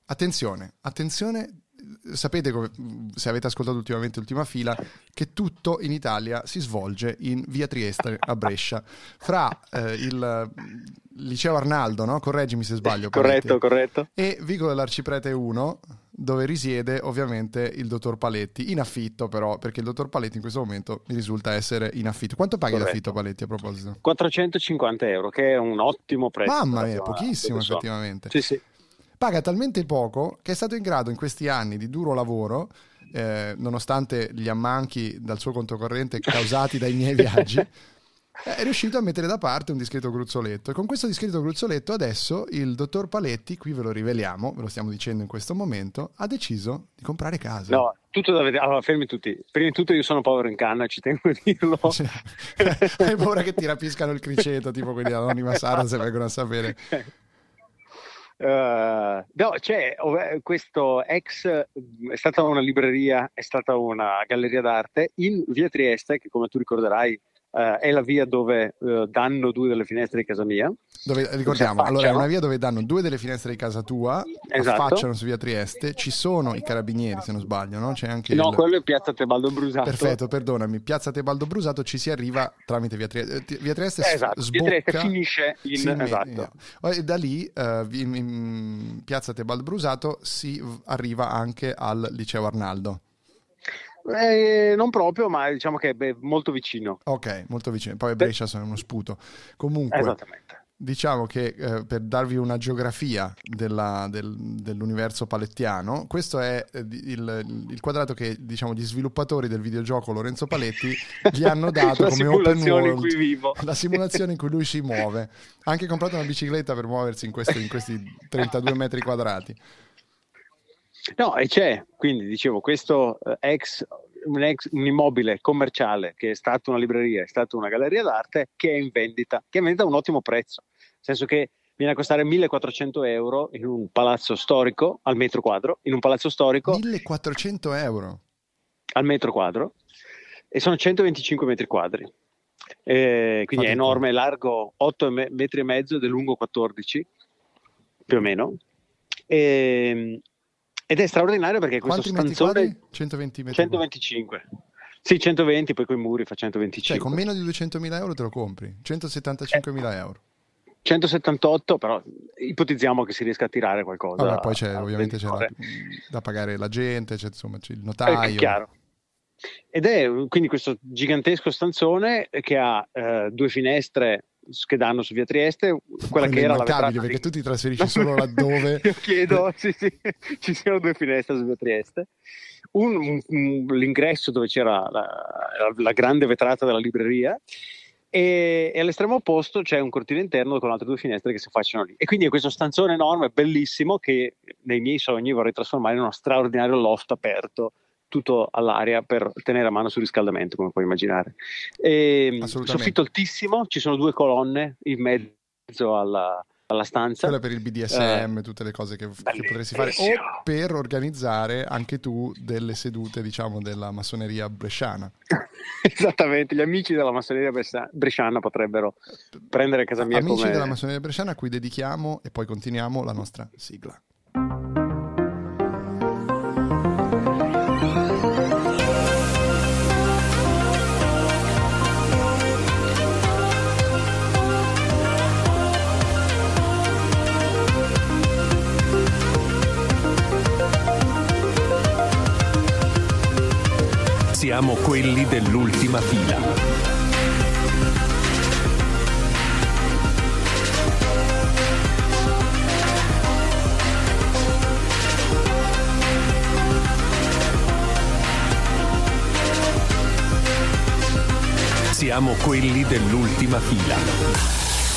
attenzione, sapete come, se avete ascoltato ultimamente Ultima Fila, che tutto in Italia si svolge in via Trieste a Brescia, fra il liceo Arnaldo, no? Correggimi se sbaglio. Corretto. E Vicolo dell'Arciprete 1, dove risiede ovviamente il dottor Paletti, in affitto però, perché il dottor Paletti in questo momento mi risulta essere in affitto. Quanto paghi l'affitto, Paletti, a proposito? 450 euro, che è un ottimo prezzo. Mamma mia, pochissimo effettivamente. Sì. Paga talmente poco che è stato in grado in questi anni di duro lavoro, nonostante gli ammanchi dal suo conto corrente causati dai miei viaggi, è riuscito a mettere da parte un discreto gruzzoletto. E con questo discreto gruzzoletto adesso il dottor Paletti, qui ve lo riveliamo, ve lo stiamo dicendo in questo momento, ha deciso di comprare casa. No, tutto da vedere. Allora, fermi tutti. Prima di tutto io sono povero in canna, ci tengo a dirlo. Cioè, hai paura che ti rapiscano il criceto, tipo quelli dell'Anonima Sara, se vengono a sapere. No, c'è questo è stata una libreria, è stata una galleria d'arte in via Trieste, che come tu ricorderai è la via dove danno due delle finestre di casa mia. Dove, ricordiamo, allora è una via dove danno due delle finestre di casa tua, esatto. affacciano su via Trieste, ci sono i carabinieri se non sbaglio, no? C'è anche quello è piazza Tebaldo Brusato. Perfetto, perdonami, piazza Tebaldo Brusato, ci si arriva tramite via Trieste. Via Trieste esatto. sbocca, via Trieste finisce esatto. E da lì in piazza Tebaldo Brusato si arriva anche al liceo Arnaldo. Non proprio, ma diciamo che è molto vicino. Ok, molto vicino. Poi Brescia sono uno sputo. Comunque, esattamente. Diciamo che per darvi una geografia dell'universo palettiano, questo è il quadrato che, diciamo, gli sviluppatori del videogioco Lorenzo Paletti gli hanno dato come open world, in cui vivo. La simulazione in cui lui si muove. Ha anche comprato una bicicletta per muoversi in questi 32 metri quadrati. No, e c'è, quindi dicevo, questo un immobile commerciale che è stato una libreria, è stata una galleria d'arte, che è in vendita a un ottimo prezzo, nel senso che viene a costare 1.400 euro in un palazzo storico al metro quadro, 1.400 euro al metro quadro, e sono 125 metri quadri, quindi è enorme, è largo 8 metri e mezzo ed è lungo 14 più o meno, ed è straordinario perché questo stanzone 120 metri 125. Sì, 120, poi coi muri fa 125. Cioè con meno di 200.000 euro te lo compri, 175.000 euro. 178, però ipotizziamo che si riesca a tirare qualcosa. Vabbè, poi ovviamente c'è da pagare la gente, c'è il notaio. È chiaro. Ed è quindi questo gigantesco stanzone che ha due finestre che danno su via Trieste, quella che era la vetrata, perché tu ti trasferisci solo laddove io chiedo sì, ci siano due finestre su via Trieste, l'ingresso dove c'era la grande vetrata della libreria, e all'estremo opposto c'è un cortile interno con altre due finestre che si affacciano lì, e quindi è questo stanzone enorme, bellissimo, che nei miei sogni vorrei trasformare in uno straordinario loft aperto tutto all'aria per tenere a mano sul riscaldamento, come puoi immaginare. Soffitto altissimo, ci sono due colonne in mezzo alla stanza. Quella per il BDSM, tutte le cose che potresti fare, o per organizzare anche tu delle sedute, diciamo, della massoneria bresciana. Esattamente, gli amici della massoneria bresciana potrebbero prendere a casa mia amici della massoneria bresciana a cui dedichiamo, e poi continuiamo, la nostra sigla. Siamo quelli dell'ultima fila. Siamo quelli dell'ultima fila.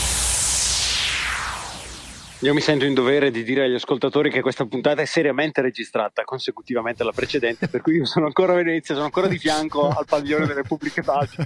Io mi sento in dovere di dire agli ascoltatori che questa puntata è seriamente registrata consecutivamente alla precedente, per cui io sono ancora a Venezia, sono ancora di fianco al padiglione delle pubbliche pagine.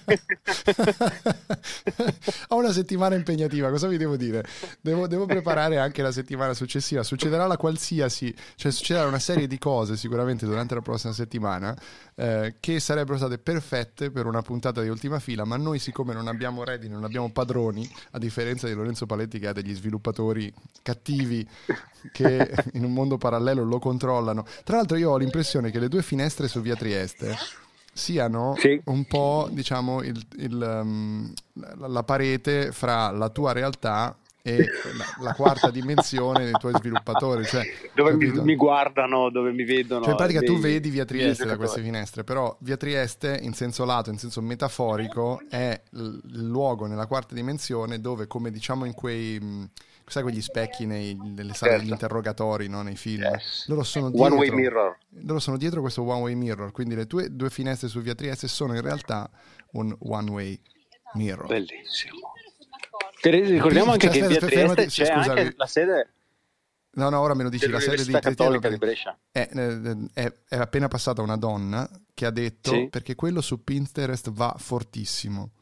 Ho una settimana impegnativa, cosa vi devo dire? Devo preparare anche la settimana successiva. Succederà succederà una serie di cose sicuramente durante la prossima settimana che sarebbero state perfette per una puntata di Ultima Fila, ma noi, siccome non abbiamo redini, non abbiamo padroni, a differenza di Lorenzo Paletti che ha degli sviluppatori creatori cattivi che in un mondo parallelo lo controllano. Tra l'altro io ho l'impressione che le 2 finestre su via Trieste siano un po', diciamo, la parete fra la tua realtà e la quarta dimensione dei tuoi sviluppatori, cioè, dove mi guardano, dove mi vedono. Cioè in pratica tu vedi via Trieste da queste finestre, però via Trieste in senso lato, in senso metaforico, è il luogo nella quarta dimensione dove, come diciamo in quei, sai, quegli specchi nelle sale degli interrogatori, no? Nei film, loro sono dietro, one way mirror. Loro sono dietro questo one way mirror, quindi le tue 2 finestre su via Trieste sono in realtà un one way mirror. Bellissimo. Ricordiamo anche che in via Trieste c'è anche la sede. No, ora me lo dici, la sede di Cattolica di Brescia. È appena passata una donna che ha detto perché quello su Pinterest va fortissimo.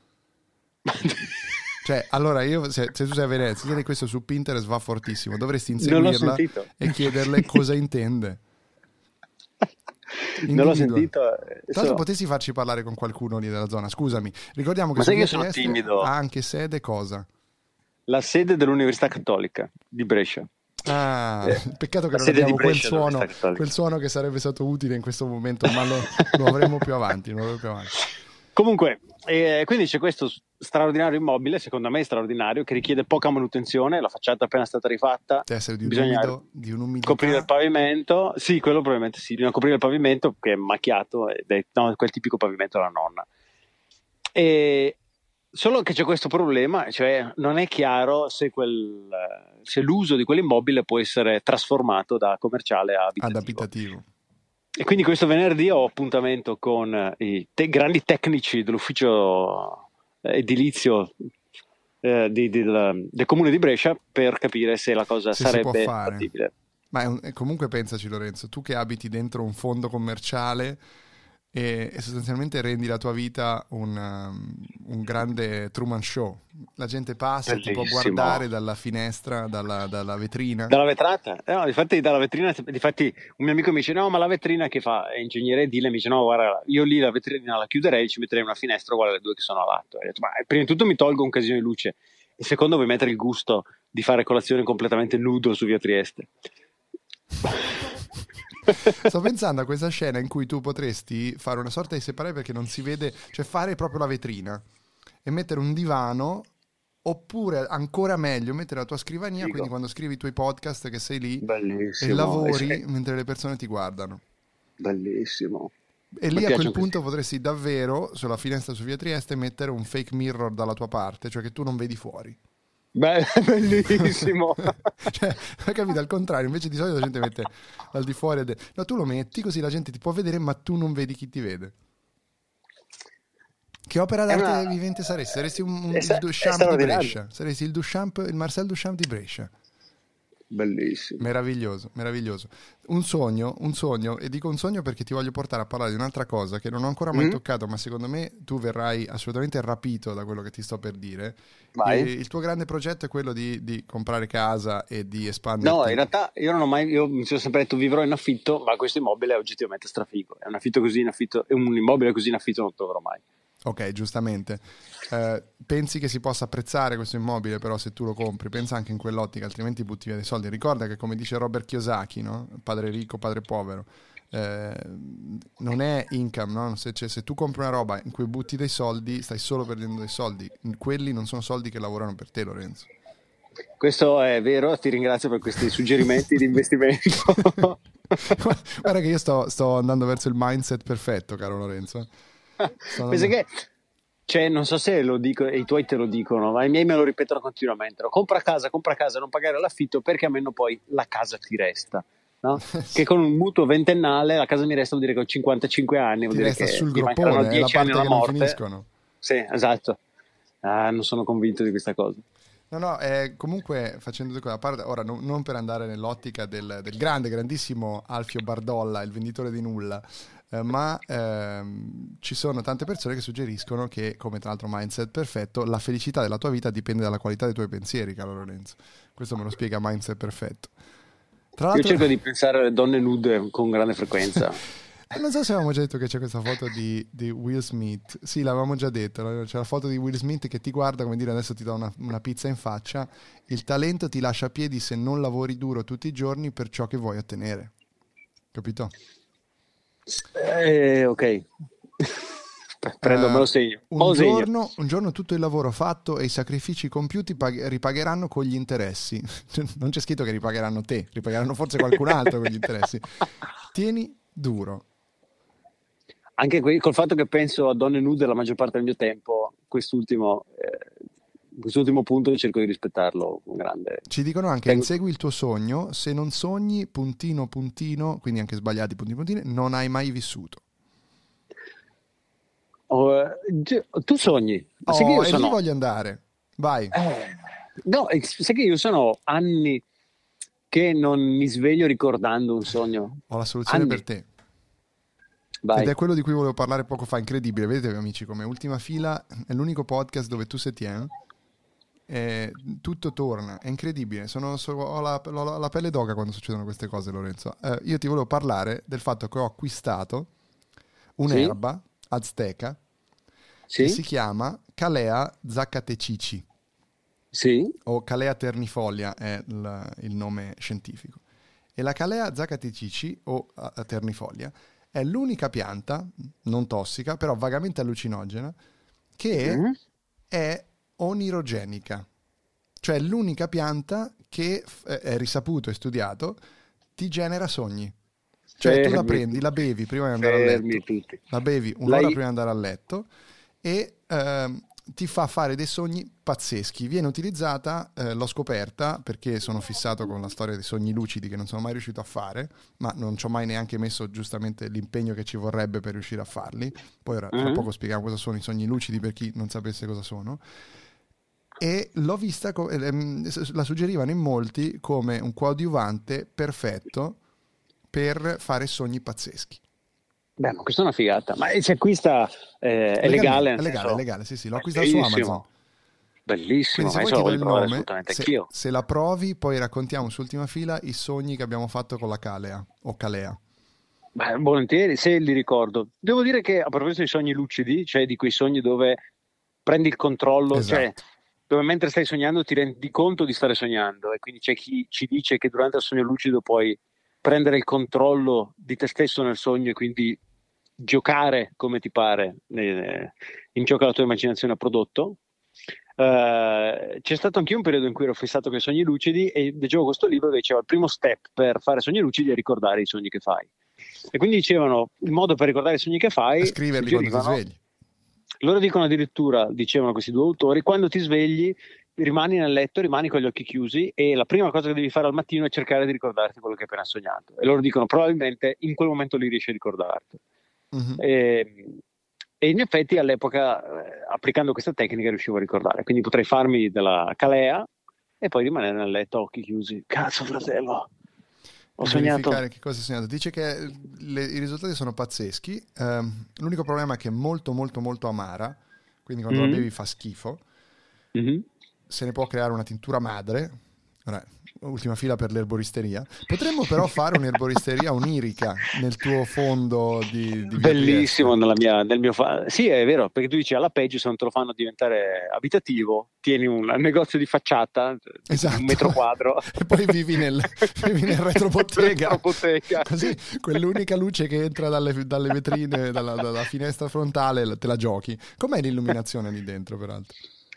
Cioè, allora io, se tu sei a Venezia, chiedi questo su Pinterest va fortissimo, dovresti inseguirla e chiederle cosa intende. Non l'ho sentito. Tra l'altro potessi farci parlare con qualcuno lì della zona, scusami. Ricordiamo che ma sai che sono timido. Ha anche sede cosa? La sede dell'Università Cattolica di Brescia. Peccato che non abbiamo quel suono che sarebbe stato utile in questo momento, ma lo avremo più avanti. Comunque, quindi c'è questo straordinario immobile, secondo me straordinario, che richiede poca manutenzione. La facciata è appena stata rifatta. Deve essere di un'umidità. Coprire il pavimento. Sì, quello probabilmente sì. Bisogna coprire il pavimento che è macchiato ed è quel tipico pavimento della nonna. Solo che c'è questo problema, cioè non è chiaro se l'uso di quell'immobile può essere trasformato da commerciale a abitativo. E quindi questo venerdì ho appuntamento con i grandi tecnici dell'ufficio edilizio del comune di Brescia per capire se la cosa sarebbe fattibile. Ma comunque pensaci, Lorenzo, tu che abiti dentro un fondo commerciale e sostanzialmente rendi la tua vita un grande Truman Show. La gente passa e ti può guardare dalla finestra, dalla vetrina. Dalla vetrata? No, difatti dalla vetrina, difatti un mio amico mi dice no, ma la vetrina che fa è ingegnere edile, mi dice no, guarda, io lì la vetrina la chiuderei e ci metterei una finestra uguale alle 2 che sono a lato. E ho detto, ma prima di tutto mi tolgo un casino di luce e secondo vuoi mettere il gusto di fare colazione completamente nudo su via Trieste. Sto pensando a questa scena in cui tu potresti fare una sorta di separare perché non si vede, cioè fare proprio la vetrina e mettere un divano, oppure ancora meglio mettere la tua scrivania. Figo. Quindi quando scrivi i tuoi podcast che sei lì e lavori mentre le persone ti guardano. Bellissimo. E lì a quel punto potresti davvero sulla finestra su via Trieste mettere un fake mirror dalla tua parte, cioè che tu non vedi fuori. Bellissimo. Cioè, hai capito? Al contrario, invece di solito la gente mette al di fuori no, tu lo metti così la gente ti può vedere ma tu non vedi chi ti vede. Che opera d'arte vivente saresti? Saresti il Duchamp di Brescia. Saresti il Marcel Duchamp di Brescia. Bellissimo. Meraviglioso. Un sogno, e dico un sogno perché ti voglio portare a parlare di un'altra cosa che non ho ancora mai toccato, ma secondo me tu verrai assolutamente rapito da quello che ti sto per dire. Il tuo grande progetto è quello di comprare casa e di espandere. No, in realtà io mi sono sempre detto vivrò in affitto, ma questo immobile è oggettivamente strafigo. È un immobile così in affitto non troverò mai. Ok, giustamente. Pensi che si possa apprezzare questo immobile, però se tu lo compri, pensa anche in quell'ottica, altrimenti butti via dei soldi. Ricorda che, come dice Robert Kiyosaki, no? Padre ricco, padre povero, non è income, no? Se tu compri una roba in cui butti dei soldi, stai solo perdendo dei soldi. Quelli non sono soldi che lavorano per te, Lorenzo. Questo è vero, ti ringrazio per questi suggerimenti di investimento. Guarda che io sto andando verso il mindset perfetto, caro Lorenzo. Penso che, cioè, non so se lo dico e i tuoi te lo dicono, ma i miei me lo ripetono continuamente, no? Compra casa, non pagare l'affitto perché almeno poi la casa ti resta, no? Che con un mutuo ventennale la casa mi resta, vuol dire che ho 55 anni, vuol dire che sul mi mancano 10 anni alla morte. Finiscono. Sì, esatto. Non sono convinto di questa cosa. No, comunque facendo due cose a parte, ora non per andare nell'ottica del grandissimo Alfio Bardolla, il venditore di nulla, ma ci sono tante persone che suggeriscono che, come tra l'altro Mindset Perfetto, la felicità della tua vita dipende dalla qualità dei tuoi pensieri, caro Lorenzo. Questo me lo spiega Mindset Perfetto. Io cerco di pensare alle donne nude con grande frequenza. Non so se avevamo già detto che c'è questa foto di Will Smith. Sì, l'avevamo già detto. C'è la foto di Will Smith che ti guarda come dire adesso ti do una pizza in faccia. Il talento ti lascia a piedi se non lavori duro tutti i giorni per ciò che vuoi ottenere. Capito? Ok. Prendo, me lo segno. Un giorno tutto il lavoro fatto e i sacrifici compiuti ripagheranno con gli interessi. Non c'è scritto che ripagheranno te, ripagheranno forse qualcun altro con gli interessi. Tieni duro. Anche col fatto che penso a donne nude la maggior parte del mio tempo, quest'ultimo punto cerco di rispettarlo con grande... Ci dicono anche insegui il tuo sogno, se non sogni puntino puntino, quindi anche sbagliati puntini puntini, non hai mai vissuto. Tu sogni? E lì voglio andare, vai. No, sai che io sono anni che non mi sveglio ricordando un sogno. Ho la soluzione per te. Vai. Ed è quello di cui volevo parlare poco fa, incredibile. Vedete amici, come Ultima Fila è l'unico podcast dove tu se tieni tutto torna, è incredibile. Ho la pelle d'oca quando succedono queste cose, Lorenzo. Io ti volevo parlare del fatto che ho acquistato un'erba azteca che si chiama Calea zacatecici. Sì. O Calea ternifolia è il nome scientifico. E la Calea zacatecici o ternifolia è l'unica pianta non tossica, però vagamente allucinogena, che è onirogenica. Cioè l'unica pianta che è risaputo e studiato ti genera sogni. Cioè tu la prendi, la bevi prima di andare a letto, la bevi un'ora prima di andare a letto e ti fa fare dei sogni pazzeschi. Viene utilizzata, l'ho scoperta perché sono fissato con la storia dei sogni lucidi che non sono mai riuscito a fare, ma non ci ho mai neanche messo giustamente l'impegno che ci vorrebbe per riuscire a farli. Poi ora tra poco spieghiamo cosa sono i sogni lucidi per chi non sapesse cosa sono. E l'ho vista, la suggerivano in molti come un coadiuvante perfetto per fare sogni pazzeschi. Beh, ma questa è una figata. Ma si acquista, è legale? È legale, sì, l'ho acquistato su Amazon. Bellissimo, quindi se vuoi ti do il nome, assolutamente anch'io. Se la provi poi raccontiamo su Ultima Fila i sogni che abbiamo fatto con la Calea o Calea. Beh, volentieri, se li ricordo. Devo dire che a proposito dei sogni lucidi, cioè di quei sogni dove prendi il controllo, esatto. Cioè dove mentre stai sognando ti rendi conto di stare sognando, e quindi c'è chi ci dice che durante il sogno lucido puoi prendere il controllo di te stesso nel sogno e quindi giocare come ti pare in ciò che la tua immaginazione ha prodotto. C'è stato anche un periodo in cui ero fissato con i sogni lucidi e leggevo questo libro che diceva il primo step per fare sogni lucidi è ricordare i sogni che fai, e quindi dicevano il modo per ricordare i sogni che fai è scriverli quando ti svegli. Loro dicono addirittura, dicevano questi due autori, quando ti svegli rimani nel letto, rimani con gli occhi chiusi e la prima cosa che devi fare al mattino è cercare di ricordarti quello che hai appena sognato, e loro dicono probabilmente in quel momento lì riesci a ricordarti. E in effetti all'epoca applicando questa tecnica riuscivo a ricordare, quindi potrei farmi della Calea e poi rimanere nel letto occhi chiusi. Cazzo fratello, ho sognato. Verificare che cosa hai sognato. Dice che i risultati sono pazzeschi, l'unico problema è che è molto molto molto amara, quindi quando la bevi fa schifo. Se ne può creare una tintura madre. Ora, Ultima Fila per l'erboristeria. Potremmo però fare un'erboristeria onirica nel tuo fondo di bellissimo nel mio sì, è vero, perché tu dici alla peggio se non te lo fanno diventare abitativo tieni un negozio di facciata, esatto, 1 metro quadro e poi vivi nel retrobottega. Così quell'unica luce che entra dalle vetrine, dalla finestra frontale te la giochi. Com'è l'illuminazione lì dentro peraltro?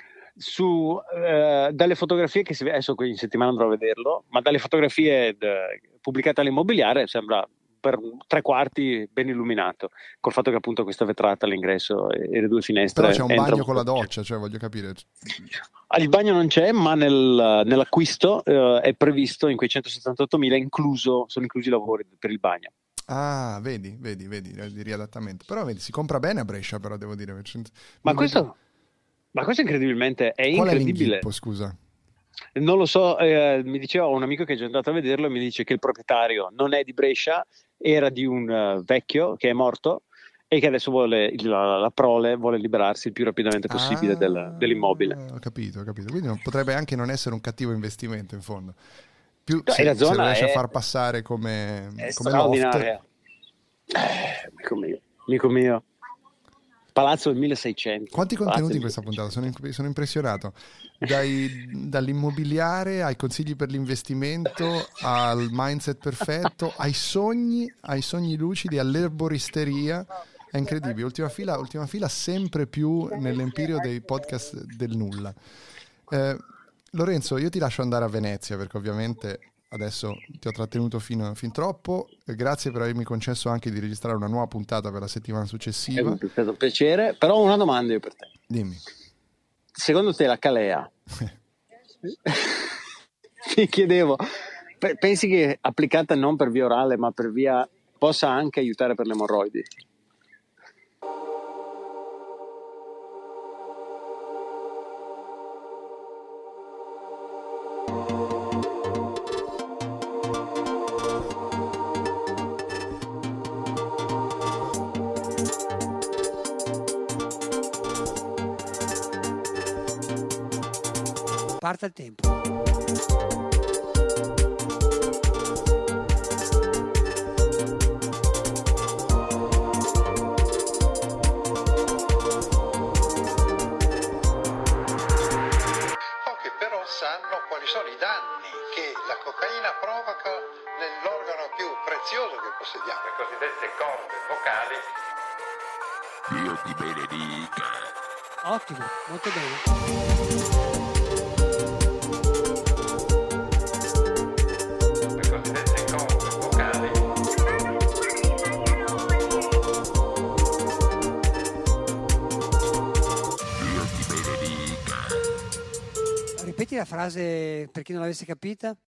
Dalle fotografie che adesso in settimana andrò a vederlo, ma dalle fotografie pubblicate all'immobiliare sembra per 3/4 ben illuminato, col fatto che appunto questa vetrata all'ingresso e le 2 finestre. Però c'è un bagno con la doccia, cioè voglio capire. Il bagno non c'è, ma nell'acquisto è previsto in quei 178.000 sono inclusi i lavori per il bagno. Ah, vedi, di riadattamento. Però vedi, si compra bene a Brescia, però devo dire. Ma questo incredibilmente è Qual incredibile. È l'inghippo, scusa? Non lo so, mi diceva un amico che è già andato a vederlo e mi dice che il proprietario non è di Brescia, era di un vecchio che è morto e che adesso la prole vuole liberarsi il più rapidamente possibile dell'immobile. Ho capito. Quindi potrebbe anche non essere un cattivo investimento in fondo. Più La zona se riesce a far passare come straordinaria. loft. Amico mio. Palazzo del 1600. Quanti contenuti in questa puntata? Sono impressionato. Dall'immobiliare ai consigli per l'investimento, al mindset perfetto, ai sogni lucidi, all'erboristeria. È incredibile. Ultima fila sempre più nell'empirio dei podcast del nulla. Lorenzo, io ti lascio andare a Venezia perché ovviamente adesso ti ho trattenuto fin troppo. Grazie per avermi concesso anche di registrare una nuova puntata per la settimana successiva. È stato un piacere, però ho una domanda io per te. Dimmi. Secondo te la calea? Ti chiedevo, pensi che applicata non per via orale ma per via possa anche aiutare per le emorroidi? Parte il tempo. Pochi però sanno quali sono i danni che la cocaina provoca nell'organo più prezioso che possediamo, le cosiddette corde vocali. Dio ti benedica. Ottimo, molto bene. Ripeti la frase per chi non l'avesse capita?